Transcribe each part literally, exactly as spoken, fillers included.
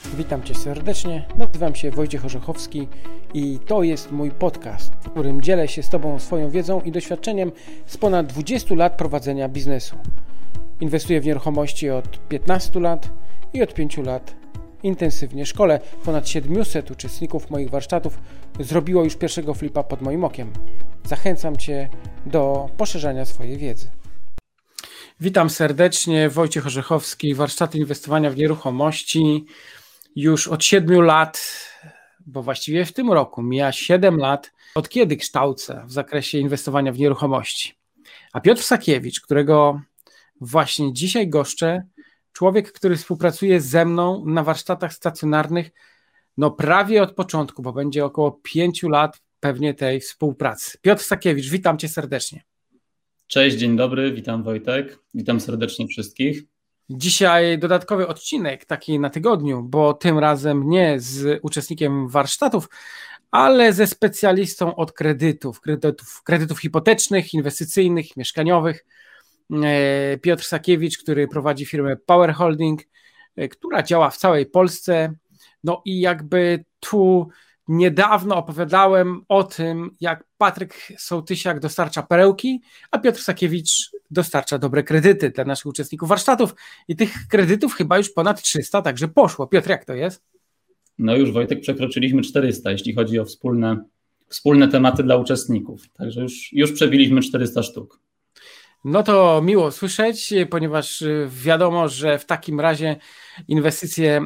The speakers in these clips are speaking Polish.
Witam Cię serdecznie, nazywam się Wojciech Orzechowski i to jest mój podcast, w którym dzielę się z Tobą swoją wiedzą i doświadczeniem z ponad dwudziestu lat prowadzenia biznesu. Inwestuję w nieruchomości od piętnastu lat i od pięciu lat intensywnie szkolę. Ponad siedmiuset uczestników moich warsztatów zrobiło już pierwszego flipa pod moim okiem. Zachęcam Cię do poszerzania swojej wiedzy. Witam serdecznie, Wojciech Orzechowski, warsztaty inwestowania w nieruchomości. Już od siedmiu lat, bo właściwie w tym roku mija siedem lat, od kiedy kształcę w zakresie inwestowania w nieruchomości. A Piotr Sakiewicz, którego właśnie dzisiaj goszczę, człowiek, który współpracuje ze mną na warsztatach stacjonarnych, no prawie od początku, bo będzie około pięciu lat pewnie tej współpracy. Piotr Sakiewicz, witam Cię serdecznie. Cześć, dzień dobry, witam Wojtek, witam serdecznie wszystkich. Dzisiaj dodatkowy odcinek taki na tygodniu, bo tym razem nie z uczestnikiem warsztatów, ale ze specjalistą od kredytów, kredytów, kredytów hipotecznych, inwestycyjnych, mieszkaniowych. Piotr Sakiewicz, który prowadzi firmę Power Holding, która działa w całej Polsce. No i jakby tu niedawno opowiadałem o tym, jak Patryk Sołtysiak dostarcza perełki, a Piotr Sakiewicz dostarcza dobre kredyty dla naszych uczestników warsztatów i tych kredytów chyba już ponad trzysta, także poszło. Piotr, jak to jest? No już Wojtek, przekroczyliśmy czterysta, jeśli chodzi o wspólne, wspólne tematy dla uczestników, także już, już przebiliśmy czterysta sztuk. No to miło słyszeć, ponieważ wiadomo, że w takim razie inwestycje,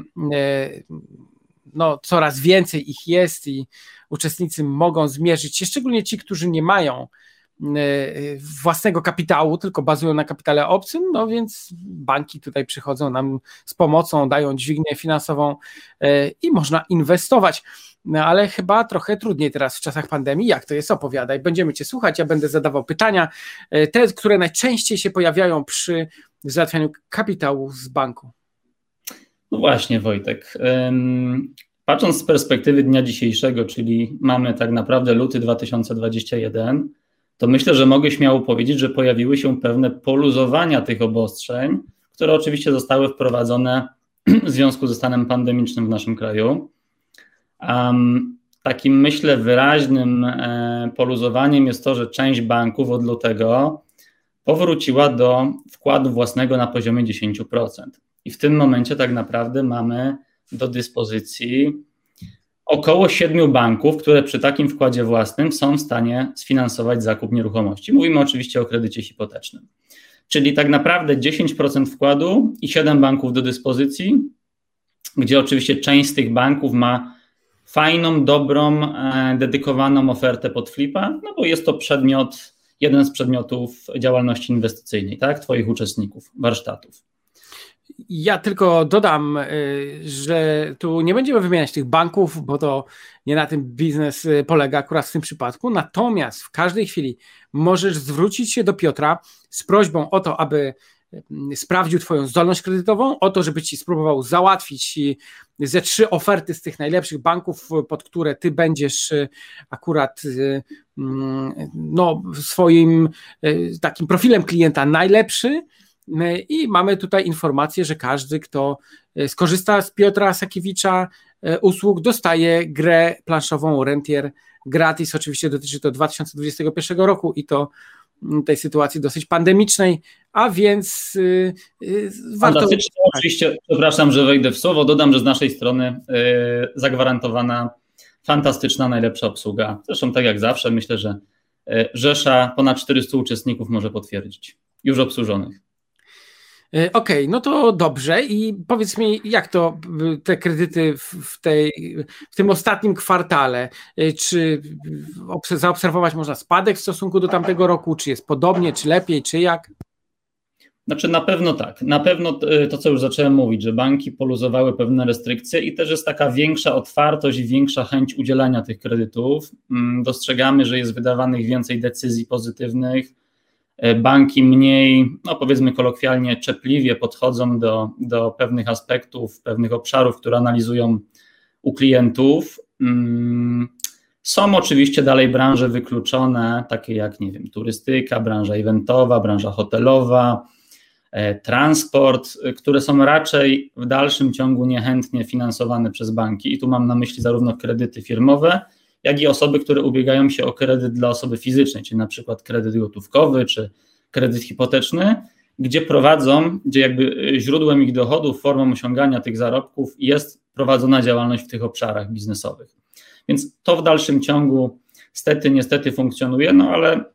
no coraz więcej ich jest i uczestnicy mogą zmierzyć się, szczególnie ci, którzy nie mają własnego kapitału, tylko bazują na kapitale obcym, no więc banki tutaj przychodzą nam z pomocą, dają dźwignię finansową i można inwestować. No ale chyba trochę trudniej teraz w czasach pandemii. Jak to jest? Opowiadaj. Będziemy Cię słuchać, ja będę zadawał pytania, te, które najczęściej się pojawiają przy załatwianiu kapitału z banku. No właśnie, Wojtek. Patrząc z perspektywy dnia dzisiejszego, czyli mamy tak naprawdę luty dwa tysiące dwudziesty pierwszy, to myślę, że mogę śmiało powiedzieć, że pojawiły się pewne poluzowania tych obostrzeń, które oczywiście zostały wprowadzone w związku ze stanem pandemicznym w naszym kraju. Um, takim myślę wyraźnym e, poluzowaniem jest to, że część banków od lutego powróciła do wkładu własnego na poziomie dziesięć procent. I w tym momencie tak naprawdę mamy do dyspozycji około siedmiu banków, które przy takim wkładzie własnym są w stanie sfinansować zakup nieruchomości. Mówimy oczywiście o kredycie hipotecznym. Czyli tak naprawdę dziesięć procent wkładu i siedem banków do dyspozycji, gdzie oczywiście część z tych banków ma fajną, dobrą, e, dedykowaną ofertę pod flipa, no bo jest to przedmiot, jeden z przedmiotów działalności inwestycyjnej, tak, Twoich uczestników warsztatów. Ja tylko dodam, że tu nie będziemy wymieniać tych banków, bo to nie na tym biznes polega akurat w tym przypadku, natomiast w każdej chwili możesz zwrócić się do Piotra z prośbą o to, aby sprawdził Twoją zdolność kredytową, o to, żeby Ci spróbował załatwić ze trzy oferty z tych najlepszych banków, pod które Ty będziesz akurat no, swoim takim profilem klienta najlepszy. I mamy tutaj informację, że każdy, kto skorzysta z Piotra Sakiewicza usług, dostaje grę planszową Rentier gratis. Oczywiście dotyczy to dwa tysiące dwudziestego pierwszego roku i to tej sytuacji dosyć pandemicznej, a więc yy, yy, warto... Oczywiście, przepraszam, że wejdę w słowo, dodam, że z naszej strony yy, zagwarantowana fantastyczna, najlepsza obsługa. Zresztą tak jak zawsze, myślę, że yy, Rzesza ponad czterystu uczestników może potwierdzić, już obsłużonych. Okej, okay, no to dobrze i powiedz mi, jak to te kredyty w, tej, w tym ostatnim kwartale, czy zaobserwować można spadek w stosunku do tamtego roku, czy jest podobnie, czy lepiej, czy jak? Znaczy na pewno tak, na pewno to, co już zacząłem mówić, że banki poluzowały pewne restrykcje i też jest taka większa otwartość i większa chęć udzielania tych kredytów. Dostrzegamy, że jest wydawanych więcej decyzji pozytywnych, banki mniej, no powiedzmy kolokwialnie, czepliwie podchodzą do, do pewnych aspektów, pewnych obszarów, które analizują u klientów. Są oczywiście dalej branże wykluczone, takie jak, nie wiem, turystyka, branża eventowa, branża hotelowa, transport, które są raczej w dalszym ciągu niechętnie finansowane przez banki. I tu mam na myśli zarówno kredyty firmowe, jak i osoby, które ubiegają się o kredyt dla osoby fizycznej, czyli na przykład kredyt gotówkowy czy kredyt hipoteczny, gdzie prowadzą, gdzie jakby źródłem ich dochodów, formą osiągania tych zarobków jest prowadzona działalność w tych obszarach biznesowych. Więc to w dalszym ciągu stety, niestety funkcjonuje, no ale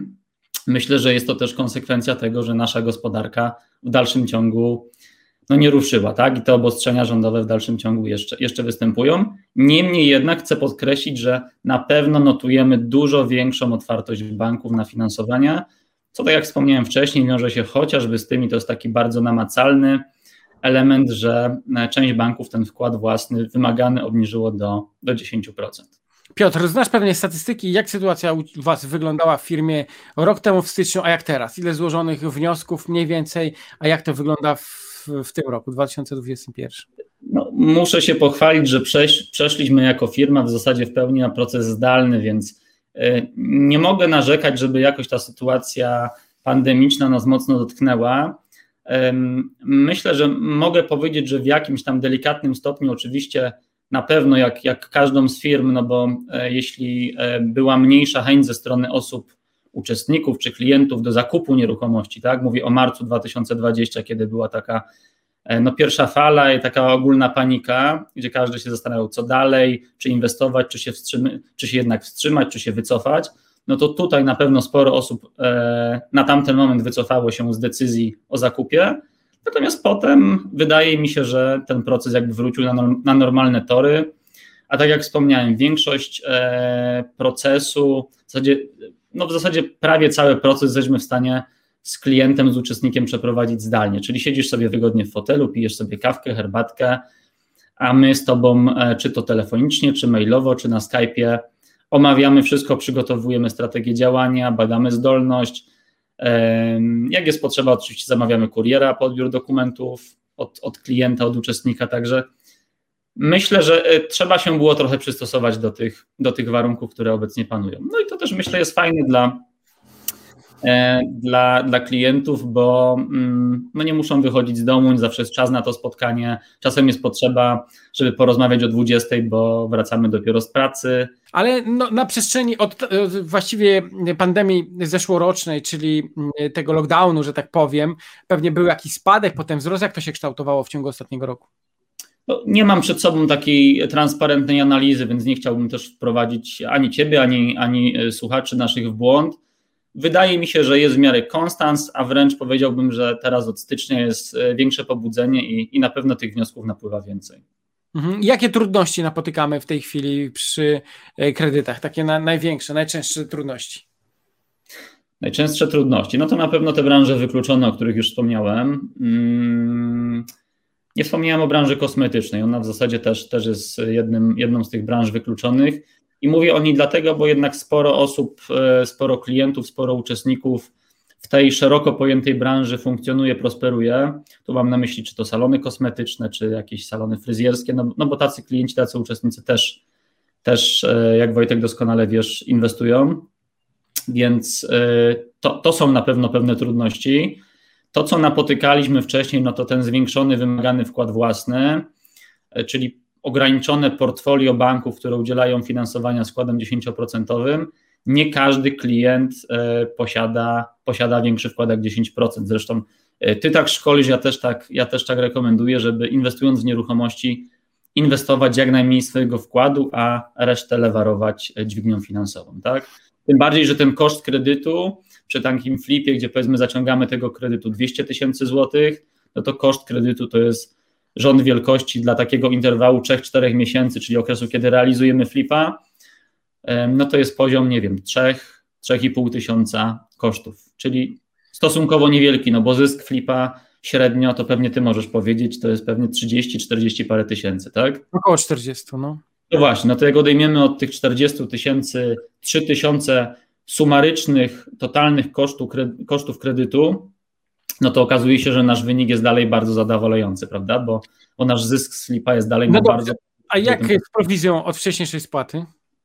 myślę, że jest to też konsekwencja tego, że nasza gospodarka w dalszym ciągu no nie ruszyła, tak? I te obostrzenia rządowe w dalszym ciągu jeszcze, jeszcze występują. Niemniej jednak chcę podkreślić, że na pewno notujemy dużo większą otwartość banków na finansowanie, co tak jak wspomniałem wcześniej, wiąże się chociażby z tym, i to jest taki bardzo namacalny element, że część banków ten wkład własny wymagany obniżyło do, do dziesięć procent. Piotr, znasz pewnie statystyki, jak sytuacja u Was wyglądała w firmie rok temu w styczniu, a jak teraz? Ile złożonych wniosków mniej więcej, a jak to wygląda w, w tym roku, dwa tysiące dwudziestym pierwszym? No, muszę się pochwalić, że przesz, przeszliśmy jako firma w zasadzie w pełni na proces zdalny, więc y, nie mogę narzekać, żeby jakoś ta sytuacja pandemiczna nas mocno dotknęła. Y, myślę, że mogę powiedzieć, że w jakimś tam delikatnym stopniu oczywiście na pewno jak, jak każdą z firm, no bo e, jeśli e, była mniejsza chęć ze strony osób, uczestników czy klientów do zakupu nieruchomości, tak, mówię o marcu dwa tysiące dwudziestym, kiedy była taka e, no, pierwsza fala i taka ogólna panika, gdzie każdy się zastanawiał, co dalej, czy inwestować, czy się, wstrzymy, czy się jednak wstrzymać, czy się wycofać, no to tutaj na pewno sporo osób e, na tamten moment wycofało się z decyzji o zakupie. Natomiast potem wydaje mi się, że ten proces jakby wrócił na, na normalne tory, a tak jak wspomniałem, większość e, procesu, w zasadzie, no w zasadzie prawie cały proces jesteśmy w stanie z klientem, z uczestnikiem przeprowadzić zdalnie, czyli siedzisz sobie wygodnie w fotelu, pijesz sobie kawkę, herbatkę, a my z Tobą, e, czy to telefonicznie, czy mailowo, czy na Skype'ie omawiamy wszystko, przygotowujemy strategię działania, badamy zdolność. Jak jest potrzeba, oczywiście zamawiamy kuriera po odbiór dokumentów od, od klienta, od uczestnika, także myślę, że trzeba się było trochę przystosować do tych, do tych warunków, które obecnie panują. No i to też myślę jest fajne dla, dla, dla klientów, bo no nie muszą wychodzić z domu, nie zawsze jest czas na to spotkanie, czasem jest potrzeba, żeby porozmawiać o dwudziestej, bo wracamy dopiero z pracy. Ale no, na przestrzeni od właściwie pandemii zeszłorocznej, czyli tego lockdownu, że tak powiem, pewnie był jakiś spadek, potem wzrost. Jak to się kształtowało w ciągu ostatniego roku? No, nie mam przed sobą takiej transparentnej analizy, więc nie chciałbym też wprowadzić ani Ciebie, ani, ani słuchaczy naszych w błąd. Wydaje mi się, że jest w miarę konstans, a wręcz powiedziałbym, że teraz od stycznia jest większe pobudzenie i, i na pewno tych wniosków napływa więcej. Mhm. Jakie trudności napotykamy w tej chwili przy kredytach? Takie na, największe, najczęstsze trudności? Najczęstsze trudności, no to na pewno te branże wykluczone, o których już wspomniałem. Nie wspomniałem o branży kosmetycznej, ona w zasadzie też, też jest jednym, jedną z tych branż wykluczonych i mówię o niej dlatego, bo jednak sporo osób, sporo klientów, sporo uczestników w tej szeroko pojętej branży funkcjonuje, prosperuje. Tu mam na myśli czy to salony kosmetyczne, czy jakieś salony fryzjerskie, no, no bo tacy klienci, tacy uczestnicy też, też, jak Wojtek doskonale wiesz, inwestują, więc to, to są na pewno pewne trudności. To, co napotykaliśmy wcześniej, no to ten zwiększony wymagany wkład własny, czyli ograniczone portfolio banków, które udzielają finansowania składem dziesięcioprocentowym. Nie każdy klient posiada, posiada większy wkład jak dziesięć procent. Zresztą Ty tak szkolisz, ja też tak, ja też tak rekomenduję, żeby inwestując w nieruchomości inwestować jak najmniej swojego wkładu, a resztę lewarować dźwignią finansową. Tak? Tym bardziej, że ten koszt kredytu przy takim flipie, gdzie powiedzmy zaciągamy tego kredytu dwieście tysięcy złotych, no to koszt kredytu to jest rząd wielkości dla takiego interwału trzy do czterech miesięcy, czyli okresu, kiedy realizujemy flipa, no to jest poziom, nie wiem, trzy do trzech i pół tysiąca kosztów, czyli stosunkowo niewielki, no bo zysk flipa średnio, to pewnie Ty możesz powiedzieć, to jest pewnie trzydzieści czterdzieści parę tysięcy, tak? Około czterdzieści, no. No właśnie, no to jak odejmiemy od tych czterdziestu tysięcy trzy tysiące sumarycznych, totalnych kosztów, kosztów kredytu, no to okazuje się, że nasz wynik jest dalej bardzo zadowalający, prawda? Bo, bo nasz zysk z flipa jest dalej no na dobrze. bardzo... A jak jest z prowizją od wcześniejszej spłaty?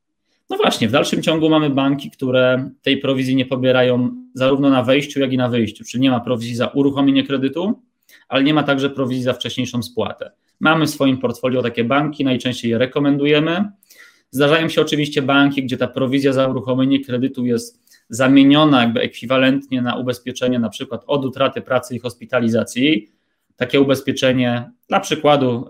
No właśnie, w dalszym ciągu mamy banki, które tej prowizji nie pobierają zarówno na wejściu, jak i na wyjściu, czyli nie ma prowizji za uruchomienie kredytu, ale nie ma także prowizji za wcześniejszą spłatę. Mamy w swoim portfolio takie banki, najczęściej je rekomendujemy. Zdarzają się oczywiście banki, gdzie ta prowizja za uruchomienie kredytu jest zamieniona jakby ekwiwalentnie na ubezpieczenie na przykład od utraty pracy i hospitalizacji. Takie ubezpieczenie dla przykładu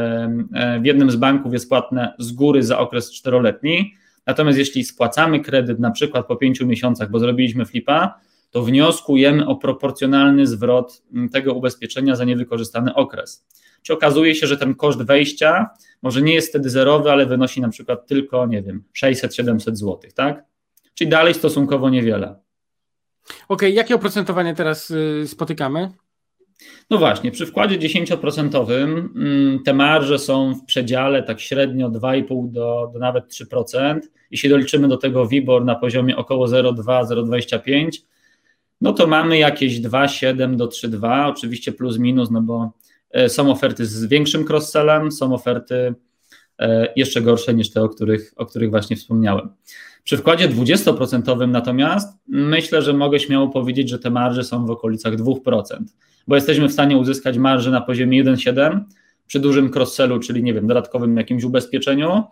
w jednym z banków jest płatne z góry za okres czteroletni, natomiast jeśli spłacamy kredyt na przykład po pięciu miesiącach, bo zrobiliśmy flipa, to wnioskujemy o proporcjonalny zwrot tego ubezpieczenia za niewykorzystany okres. Czyli okazuje się, że ten koszt wejścia może nie jest wtedy zerowy, ale wynosi na przykład tylko, nie wiem, sześćset siedemset złotych, tak? Czyli dalej stosunkowo niewiele. Okej, okay, jakie oprocentowanie teraz y, spotykamy? No właśnie, przy wkładzie dziesięcioprocentowym te marże są w przedziale tak średnio dwa i pół do, do nawet trzy procent. Jeśli doliczymy do tego WIBOR na poziomie około zero przecinek dwa do zero przecinek dwadzieścia pięć, no to mamy jakieś dwa przecinek siedem do trzy przecinek dwa, oczywiście plus minus, no bo są oferty z większym cross-sellem, są oferty jeszcze gorsze niż te, o których, o których właśnie wspomniałem. Przy wkładzie dwudziestoprocentowym natomiast myślę, że mogę śmiało powiedzieć, że te marże są w okolicach dwa procent, bo jesteśmy w stanie uzyskać marże na poziomie jeden przecinek siedem przy dużym cross-sellu, czyli nie wiem, dodatkowym jakimś ubezpieczeniu,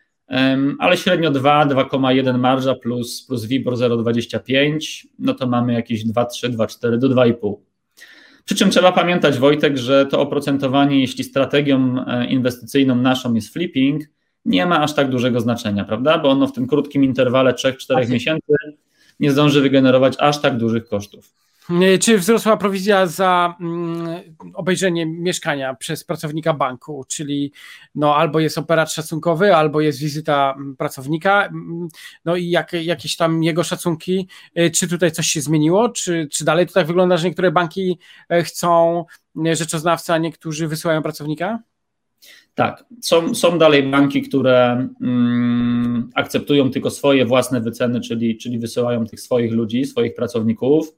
ale średnio dwa, dwa przecinek jeden marża plus, plus WIBOR zero przecinek dwadzieścia pięć, no to mamy jakieś dwa przecinek trzy, dwa przecinek cztery do dwa przecinek pięć. Przy czym trzeba pamiętać, Wojtek, że to oprocentowanie, jeśli strategią inwestycyjną naszą jest flipping, nie ma aż tak dużego znaczenia, prawda? Bo ono w tym krótkim interwale trzech czterech miesięcy nie zdąży wygenerować aż tak dużych kosztów. Czy wzrosła prowizja za mm, obejrzenie mieszkania przez pracownika banku, czyli no, albo jest operat szacunkowy, albo jest wizyta pracownika, no i jak, jakieś tam jego szacunki, czy tutaj coś się zmieniło, czy, czy dalej to tak wygląda, że niektóre banki chcą rzeczoznawcę, a niektórzy wysyłają pracownika? Tak, są, są dalej banki, które mm, akceptują tylko swoje własne wyceny, czyli, czyli wysyłają tych swoich ludzi, swoich pracowników.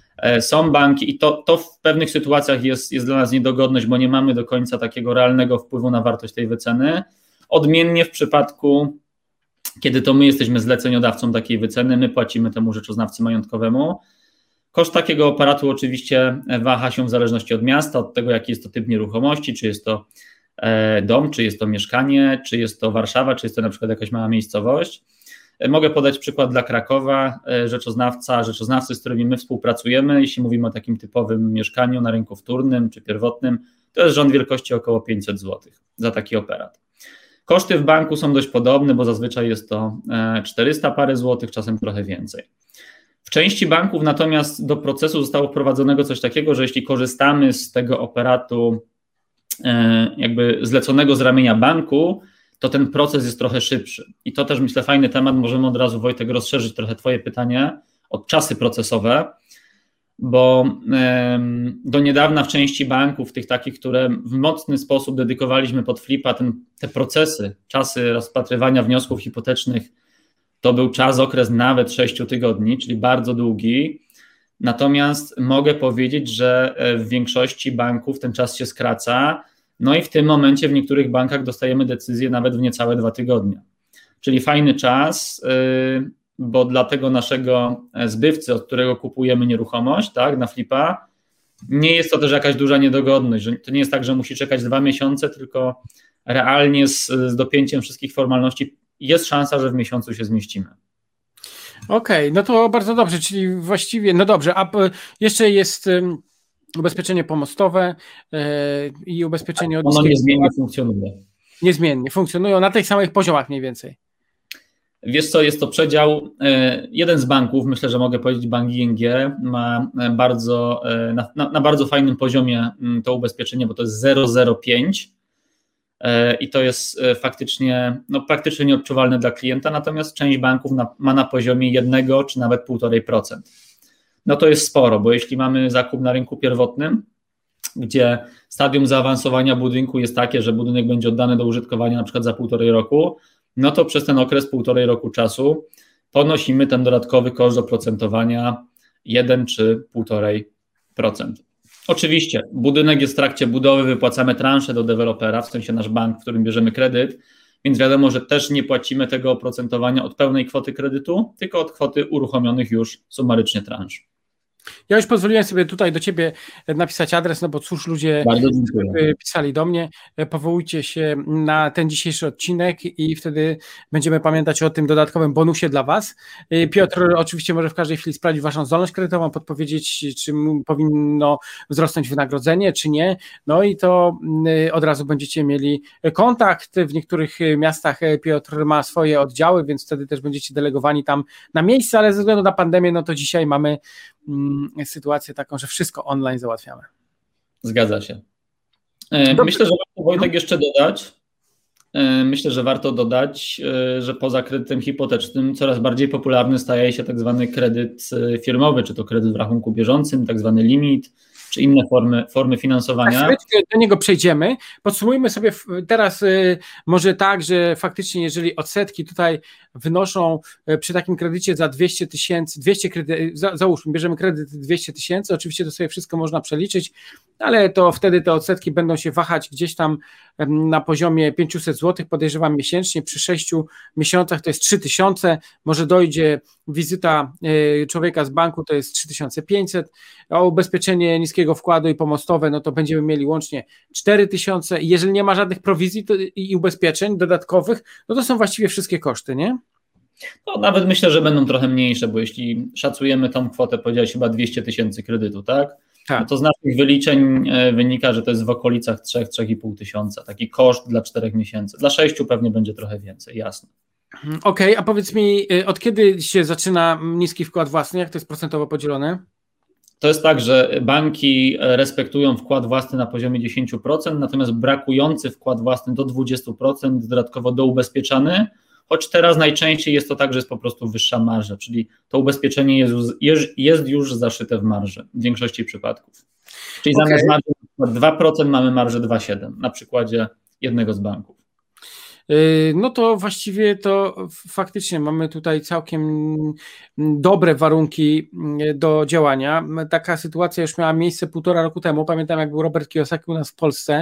Są banki i to, to w pewnych sytuacjach jest, jest dla nas niedogodność, bo nie mamy do końca takiego realnego wpływu na wartość tej wyceny. Odmiennie w przypadku, kiedy to my jesteśmy zleceniodawcą takiej wyceny, my płacimy temu rzeczoznawcy majątkowemu. Koszt takiego operatu oczywiście waha się w zależności od miasta, od tego, jaki jest to typ nieruchomości, czy jest to dom, czy jest to mieszkanie, czy jest to Warszawa, czy jest to na przykład jakaś mała miejscowość. Mogę podać przykład dla Krakowa, rzeczoznawca, rzeczoznawcy, z którymi my współpracujemy, jeśli mówimy o takim typowym mieszkaniu na rynku wtórnym czy pierwotnym, to jest rząd wielkości około pięćset złotych za taki operat. Koszty w banku są dość podobne, bo zazwyczaj jest to czterysta parę złotych, czasem trochę więcej. W części banków natomiast do procesu zostało wprowadzonego coś takiego, że jeśli korzystamy z tego operatu jakby zleconego z ramienia banku, to ten proces jest trochę szybszy. I to też myślę fajny temat, możemy od razu, Wojtek, rozszerzyć trochę twoje pytanie o czasy procesowe, bo do niedawna w części banków, tych takich, które w mocny sposób dedykowaliśmy pod flipa, ten, te procesy, czasy rozpatrywania wniosków hipotecznych, to był czas, okres nawet sześciu tygodni, czyli bardzo długi. Natomiast mogę powiedzieć, że w większości banków ten czas się skraca, no i w tym momencie w niektórych bankach dostajemy decyzję nawet w niecałe dwa tygodnie. Czyli fajny czas, bo dla tego naszego zbywcy, od którego kupujemy nieruchomość, tak, na flipa, nie jest to też jakaś duża niedogodność, że to nie jest tak, że musi czekać dwa miesiące, tylko realnie z, z dopięciem wszystkich formalności jest szansa, że w miesiącu się zmieścimy. Okej, okay, no to bardzo dobrze, czyli właściwie, no dobrze, a jeszcze jest ubezpieczenie pomostowe yy, i ubezpieczenie... Ono niezmiennie funkcjonuje. Niezmiennie funkcjonują na tych samych poziomach mniej więcej. Wiesz co, jest to przedział, jeden z banków, myślę, że mogę powiedzieć, bank I N G ma bardzo, na, na, na bardzo fajnym poziomie to ubezpieczenie, bo to jest zero przecinek zero pięć i to jest faktycznie, no praktycznie nieodczuwalne dla klienta, natomiast część banków na, ma na poziomie jednego czy nawet półtora procent. No to jest sporo, bo jeśli mamy zakup na rynku pierwotnym, gdzie stadium zaawansowania budynku jest takie, że budynek będzie oddany do użytkowania na przykład za półtorej roku, no to przez ten okres półtorej roku czasu ponosimy ten dodatkowy koszt oprocentowania jeden czy półtorej procent. Oczywiście budynek jest w trakcie budowy, wypłacamy transzę do dewelopera, w sensie nasz bank, w którym bierzemy kredyt więc wiadomo, że też nie płacimy tego oprocentowania od pełnej kwoty kredytu, tylko od kwoty uruchomionych już sumarycznie transz. Ja już pozwoliłem sobie tutaj do Ciebie napisać adres, no bo cóż, ludzie pisali do mnie, powołujcie się na ten dzisiejszy odcinek i wtedy będziemy pamiętać o tym dodatkowym bonusie dla Was. Piotr oczywiście może w każdej chwili sprawdzić Waszą zdolność kredytową, podpowiedzieć, czy powinno wzrosnąć wynagrodzenie, czy nie, no i to od razu będziecie mieli kontakt. W niektórych miastach Piotr ma swoje oddziały, więc wtedy też będziecie delegowani tam na miejsce, ale ze względu na pandemię, no to dzisiaj mamy sytuację taką, że wszystko online załatwiamy. Zgadza się. Myślę, że warto, Wojtek, jeszcze dodać, myślę, że warto dodać, że poza kredytem hipotecznym coraz bardziej popularny staje się tak zwany kredyt firmowy, czy to kredyt w rachunku bieżącym, tak zwany limit, czy inne formy, formy finansowania. Tak, do niego przejdziemy. Podsumujmy sobie teraz może tak, że faktycznie jeżeli odsetki tutaj wynoszą przy takim kredycie za dwieście tysięcy, dwieście kredy, za, załóżmy, bierzemy kredyt dwieście tysięcy, oczywiście to sobie wszystko można przeliczyć, ale to wtedy te odsetki będą się wahać gdzieś tam na poziomie pięćset złotych, podejrzewam miesięcznie, przy sześciu miesiącach to jest trzy tysiące, może dojdzie wizyta człowieka z banku, to jest trzy tysiące pięćset, a ubezpieczenie niskiego wkładu i pomostowe, no to będziemy mieli łącznie cztery tysiące, jeżeli nie ma żadnych prowizji to, i ubezpieczeń dodatkowych, no to są właściwie wszystkie koszty, nie? No nawet myślę, że będą trochę mniejsze, bo jeśli szacujemy tą kwotę, powiedziałeś chyba dwieście tysięcy kredytu, tak? Tak. No to z naszych wyliczeń wynika, że to jest w okolicach trzy do trzech i pół tysiąca, taki koszt dla czterech miesięcy. Dla sześciu pewnie będzie trochę więcej, jasne. Okej, okay, a powiedz mi, od kiedy się zaczyna niski wkład własny, jak to jest procentowo podzielone? To jest tak, że banki respektują wkład własny na poziomie dziesięć procent, natomiast brakujący wkład własny do dwadzieścia procent dodatkowo doubezpieczany, choć teraz najczęściej jest to tak, że jest po prostu wyższa marża, czyli to ubezpieczenie jest, jest już zaszyte w marży w większości przypadków. Czyli okay. Zamiast marży dwa procent mamy marżę dwa przecinek siedem na przykładzie jednego z banków. No to właściwie to faktycznie mamy tutaj całkiem dobre warunki do działania. Taka sytuacja już miała miejsce półtora roku temu. Pamiętam, jak był Robert Kiyosaki u nas w Polsce,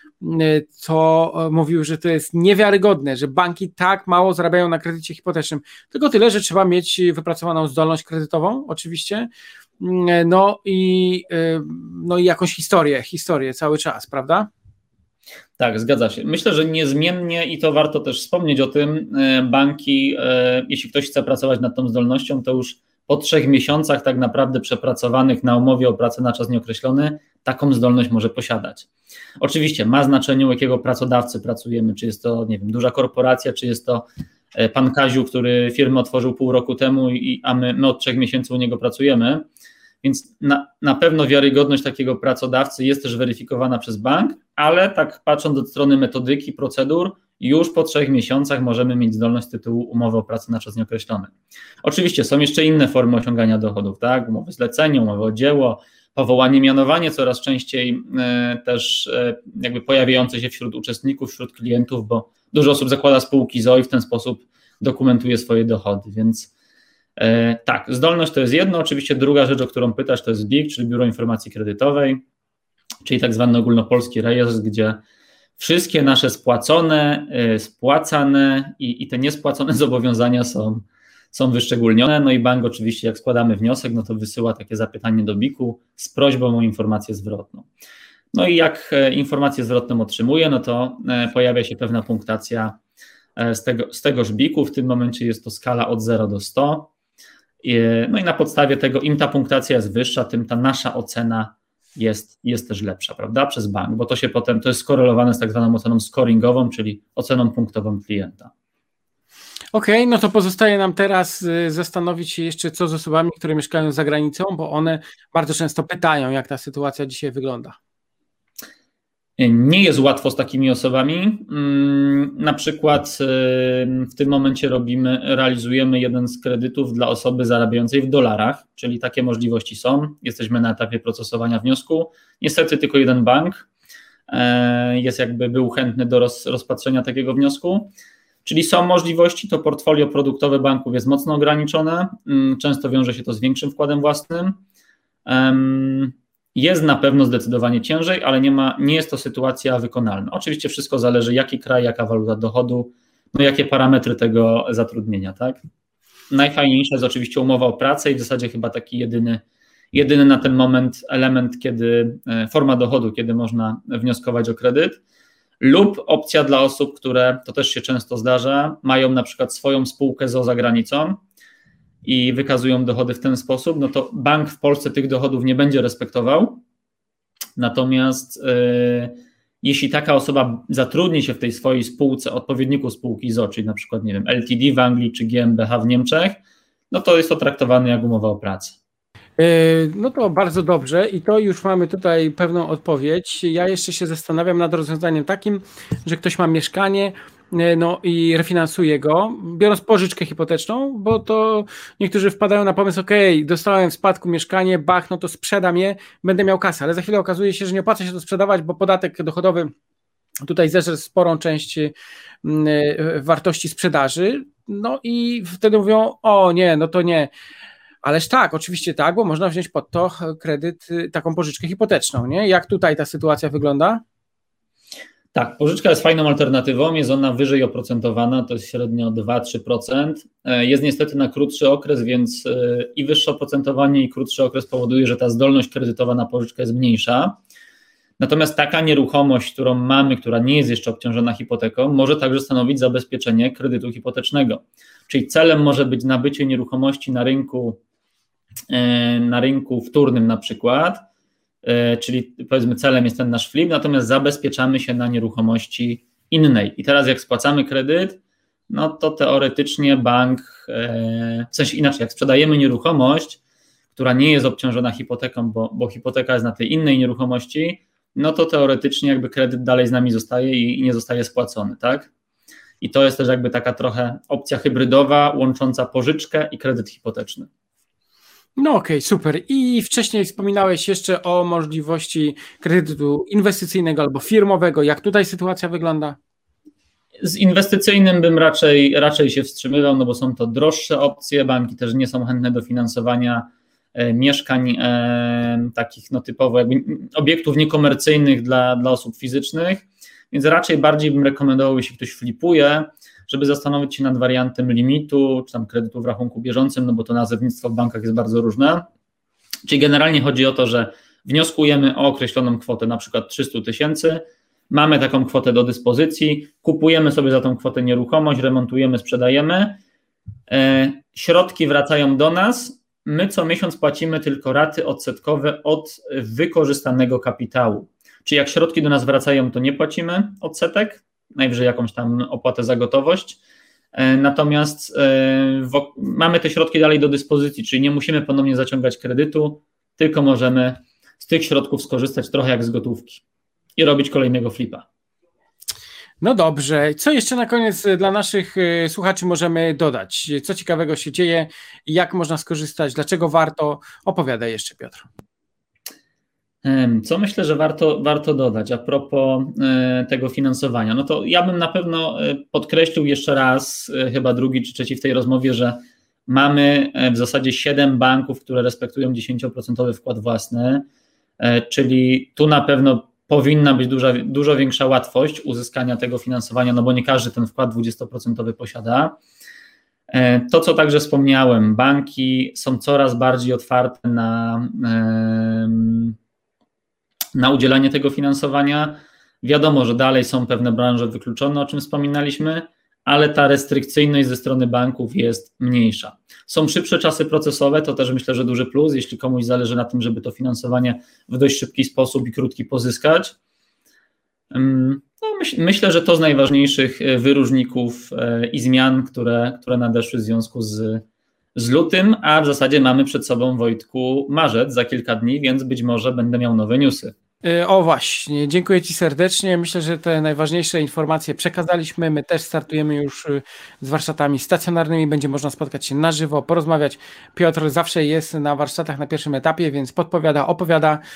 to mówił, że to jest niewiarygodne, że banki tak mało zarabiają na kredycie hipotecznym. Tylko tyle, że trzeba mieć wypracowaną zdolność kredytową, oczywiście, no i, no i jakąś historię, historię cały czas, prawda? Tak, zgadza się. Myślę, że niezmiennie i to warto też wspomnieć o tym, banki, jeśli ktoś chce pracować nad tą zdolnością, to już po trzech miesiącach tak naprawdę przepracowanych na umowie o pracę na czas nieokreślony, taką zdolność może posiadać. Oczywiście ma znaczenie, u jakiego pracodawcy pracujemy, czy jest to, nie wiem, duża korporacja, czy jest to pan Kaziu, który firmę otworzył pół roku temu, i, a my, my od trzech miesięcy u niego pracujemy, więc na, na pewno wiarygodność takiego pracodawcy jest też weryfikowana przez bank, ale tak patrząc od strony metodyki, procedur, już po trzech miesiącach możemy mieć zdolność z tytułu umowy o pracę na czas nieokreślony. Oczywiście są jeszcze inne formy osiągania dochodów, tak? Umowy zlecenia, umowy o dzieło, powołanie, mianowanie, coraz częściej e, też e, jakby pojawiające się wśród uczestników, wśród klientów, bo dużo osób zakłada spółki z o o i w ten sposób dokumentuje swoje dochody, więc e, tak, zdolność to jest jedno, oczywiście druga rzecz, o którą pytasz, to jest B I K, czyli Biuro Informacji Kredytowej, czyli tak zwany ogólnopolski rejestr, gdzie wszystkie nasze spłacone, spłacane i, i te niespłacone zobowiązania są, są wyszczególnione. No i bank oczywiście, jak składamy wniosek, no to wysyła takie zapytanie do B I K-u z prośbą o informację zwrotną. No i jak informację zwrotną otrzymuje, no to pojawia się pewna punktacja z, tego, z tegoż B I K-u. W tym momencie jest to skala od zera do stu. No i na podstawie tego, im ta punktacja jest wyższa, tym ta nasza ocena jest, jest też lepsza, prawda, przez bank, bo to się potem, to jest skorelowane z tak zwaną oceną scoringową, czyli oceną punktową klienta. Okej, okay, no to pozostaje nam teraz zastanowić się jeszcze, co z osobami, które mieszkają za granicą, bo one bardzo często pytają, jak ta sytuacja dzisiaj wygląda. Nie jest łatwo z takimi osobami. Na przykład w tym momencie robimy, realizujemy jeden z kredytów dla osoby zarabiającej w dolarach, czyli takie możliwości są. Jesteśmy na etapie procesowania wniosku. Niestety tylko jeden bank jest jakby był chętny do roz, rozpatrzenia takiego wniosku. Czyli są możliwości, to portfolio produktowe banków jest mocno ograniczone. Często wiąże się to z większym wkładem własnym. Jest na pewno zdecydowanie ciężej, ale nie ma, nie jest to sytuacja wykonalna. Oczywiście wszystko zależy, jaki kraj, jaka waluta dochodu, no jakie parametry tego zatrudnienia, tak? Najfajniejsza jest oczywiście umowa o pracę i w zasadzie chyba taki jedyny, jedyny na ten moment element, kiedy forma dochodu, kiedy można wnioskować o kredyt, lub opcja dla osób, które, to też się często zdarza, mają na przykład swoją spółkę z o o za granicą i wykazują dochody w ten sposób, no to bank w Polsce tych dochodów nie będzie respektował, natomiast yy, jeśli taka osoba zatrudni się w tej swojej spółce, odpowiedniku spółki z o o, czyli na przykład, nie wiem, L T D w Anglii czy G m B H w Niemczech, no to jest to traktowane jak umowa o pracę. No to bardzo dobrze i to już mamy tutaj pewną odpowiedź. Ja jeszcze się zastanawiam nad rozwiązaniem takim, że ktoś ma mieszkanie, no i refinansuje go, biorąc pożyczkę hipoteczną, bo to niektórzy wpadają na pomysł, ok, dostałem w spadku mieszkanie, bach, no to sprzedam je, będę miał kasę, ale za chwilę okazuje się, że nie opłaca się to sprzedawać, bo podatek dochodowy tutaj zeżre sporą część wartości sprzedaży, no i wtedy mówią, o nie, no to nie. Ależ tak, oczywiście tak, bo można wziąć pod to kredyt, taką pożyczkę hipoteczną, nie? Jak tutaj ta sytuacja wygląda? Tak, pożyczka jest fajną alternatywą, jest ona wyżej oprocentowana, to jest średnio dwa do trzech procent. Jest niestety na krótszy okres, więc i wyższe oprocentowanie, i krótszy okres powoduje, że ta zdolność kredytowa na pożyczkę jest mniejsza. Natomiast taka nieruchomość, którą mamy, która nie jest jeszcze obciążona hipoteką, może także stanowić zabezpieczenie kredytu hipotecznego. Czyli celem może być nabycie nieruchomości na rynku, na rynku wtórnym na przykład, czyli powiedzmy celem jest ten nasz flip, natomiast zabezpieczamy się na nieruchomości innej. I teraz jak spłacamy kredyt, no to teoretycznie bank, w sensie inaczej, jak sprzedajemy nieruchomość, która nie jest obciążona hipoteką, bo, bo hipoteka jest na tej innej nieruchomości, no to teoretycznie jakby kredyt dalej z nami zostaje i nie zostaje spłacony, tak? I to jest też jakby taka trochę opcja hybrydowa, łącząca pożyczkę i kredyt hipoteczny. No okej, okay, super. I wcześniej wspominałeś jeszcze o możliwości kredytu inwestycyjnego albo firmowego. Jak tutaj sytuacja wygląda? Z inwestycyjnym bym raczej, raczej się wstrzymywał, no bo są to droższe opcje, banki też nie są chętne do finansowania e, mieszkań e, takich no typowo jakby obiektów niekomercyjnych dla, dla osób fizycznych, więc raczej bardziej bym rekomendował, jeśli ktoś flipuje, żeby zastanowić się nad wariantem limitu, czy tam kredytu w rachunku bieżącym, no bo to nazewnictwo w bankach jest bardzo różne. Czyli generalnie chodzi o to, że wnioskujemy o określoną kwotę, na przykład trzysta tysięcy, mamy taką kwotę do dyspozycji, kupujemy sobie za tą kwotę nieruchomość, remontujemy, sprzedajemy, środki wracają do nas, my co miesiąc płacimy tylko raty odsetkowe od wykorzystanego kapitału. Czyli jak środki do nas wracają, to nie płacimy odsetek, najwyżej jakąś tam opłatę za gotowość, natomiast mamy te środki dalej do dyspozycji, czyli nie musimy ponownie zaciągać kredytu, tylko możemy z tych środków skorzystać trochę jak z gotówki i robić kolejnego flipa. No dobrze, co jeszcze na koniec dla naszych słuchaczy możemy dodać? Co ciekawego się dzieje i jak można skorzystać, dlaczego warto? Opowiadaj jeszcze, Piotr. Co myślę, że warto, warto dodać a propos tego finansowania, no to ja bym na pewno podkreślił jeszcze raz, chyba drugi czy trzeci w tej rozmowie, że mamy w zasadzie siedem banków, które respektują dziesięć procent wkład własny, czyli tu na pewno powinna być duża, dużo większa łatwość uzyskania tego finansowania, no bo nie każdy ten wkład dwadzieścia procent posiada. To, co także wspomniałem, banki są coraz bardziej otwarte na na udzielanie tego finansowania. Wiadomo, że dalej są pewne branże wykluczone, o czym wspominaliśmy, ale ta restrykcyjność ze strony banków jest mniejsza. Są szybsze czasy procesowe, to też myślę, że duży plus, jeśli komuś zależy na tym, żeby to finansowanie w dość szybki sposób i krótki pozyskać. No, myśl, myślę, że to z najważniejszych wyróżników i zmian, które, które nadeszły w związku z z lutym, a w zasadzie mamy przed sobą, Wojtku, marzec za kilka dni, więc być może będę miał nowe newsy. O właśnie, dziękuję Ci serdecznie. Myślę, że te najważniejsze informacje przekazaliśmy. My też startujemy już z warsztatami stacjonarnymi. Będzie można spotkać się na żywo, porozmawiać. Piotr zawsze jest na warsztatach na pierwszym etapie, więc podpowiada, opowiada.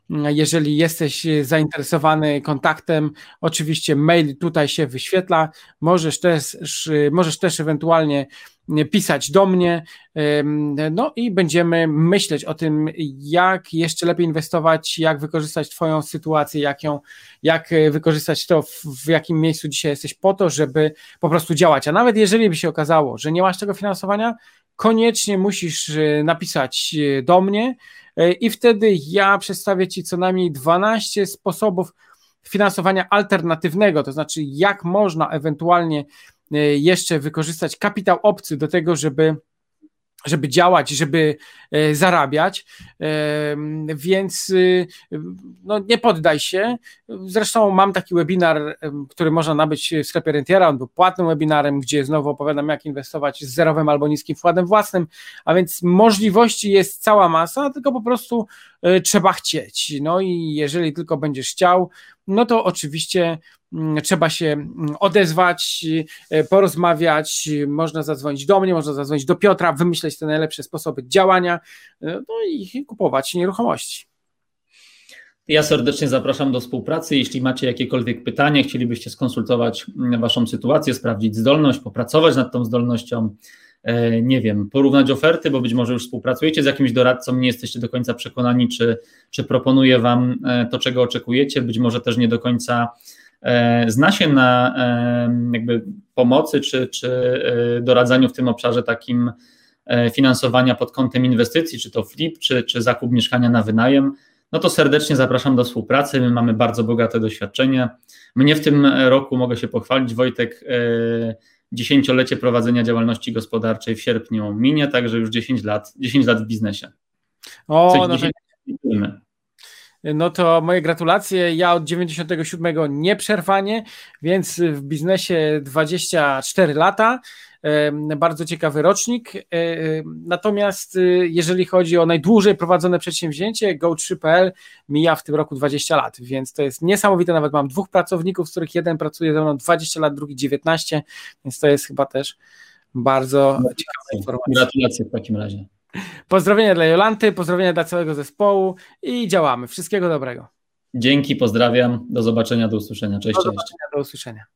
Jeżeli jesteś zainteresowany kontaktem, oczywiście mail tutaj się wyświetla, możesz też, możesz też ewentualnie pisać do mnie, no i będziemy myśleć o tym, jak jeszcze lepiej inwestować, jak wykorzystać Twoją sytuację, jak, ją, jak wykorzystać to, w, w jakim miejscu dzisiaj jesteś po to, żeby po prostu działać. A nawet jeżeli by się okazało, że nie masz tego finansowania, koniecznie musisz napisać do mnie i wtedy ja przedstawię Ci co najmniej dwanaście sposobów finansowania alternatywnego, to znaczy jak można ewentualnie jeszcze wykorzystać kapitał obcy do tego, żeby, żeby działać, żeby zarabiać, więc no, nie poddaj się. Zresztą mam taki webinar, który można nabyć w sklepie Rentiera, on był płatnym webinarem, gdzie znowu opowiadam, jak inwestować z zerowym albo niskim wkładem własnym, a więc możliwości jest cała masa, tylko po prostu trzeba chcieć. No i jeżeli tylko będziesz chciał, no to oczywiście trzeba się odezwać, porozmawiać, można zadzwonić do mnie, można zadzwonić do Piotra, wymyśleć te najlepsze sposoby działania, no i kupować nieruchomości. Ja serdecznie zapraszam do współpracy. Jeśli macie jakiekolwiek pytania, chcielibyście skonsultować Waszą sytuację, sprawdzić zdolność, popracować nad tą zdolnością, nie wiem, porównać oferty, bo być może już współpracujecie z jakimś doradcą, nie jesteście do końca przekonani, czy, czy proponuje Wam to, czego oczekujecie, być może też nie do końca zna się na jakby pomocy, czy, czy doradzaniu w tym obszarze takim finansowania pod kątem inwestycji, czy to flip, czy, czy zakup mieszkania na wynajem, no to serdecznie zapraszam do współpracy. My mamy bardzo bogate doświadczenie. Mnie w tym roku, mogę się pochwalić, Wojtek, dziesięciolecie prowadzenia działalności gospodarczej w sierpniu minie, także już dziesięć lat, dziesięć lat w biznesie. O, no, to... no to moje gratulacje. Ja od dziewięćdziesiątego siódmego nieprzerwanie, więc w biznesie dwadzieścia cztery lata. Bardzo ciekawy rocznik. Natomiast jeżeli chodzi o najdłużej prowadzone przedsięwzięcie, go trzy kropka p l mija w tym roku dwadzieścia lat, więc to jest niesamowite. Nawet mam dwóch pracowników, z których jeden pracuje ze mną dwadzieścia lat, drugi dziewiętnaście, więc to jest chyba też bardzo Gratulacje. ciekawa informacja. Gratulacje w takim razie. Pozdrowienia dla Jolanty, pozdrowienia dla całego zespołu i działamy. Wszystkiego dobrego. Dzięki, pozdrawiam. Do zobaczenia, do usłyszenia. Cześć, do cześć. zobaczenia, do usłyszenia.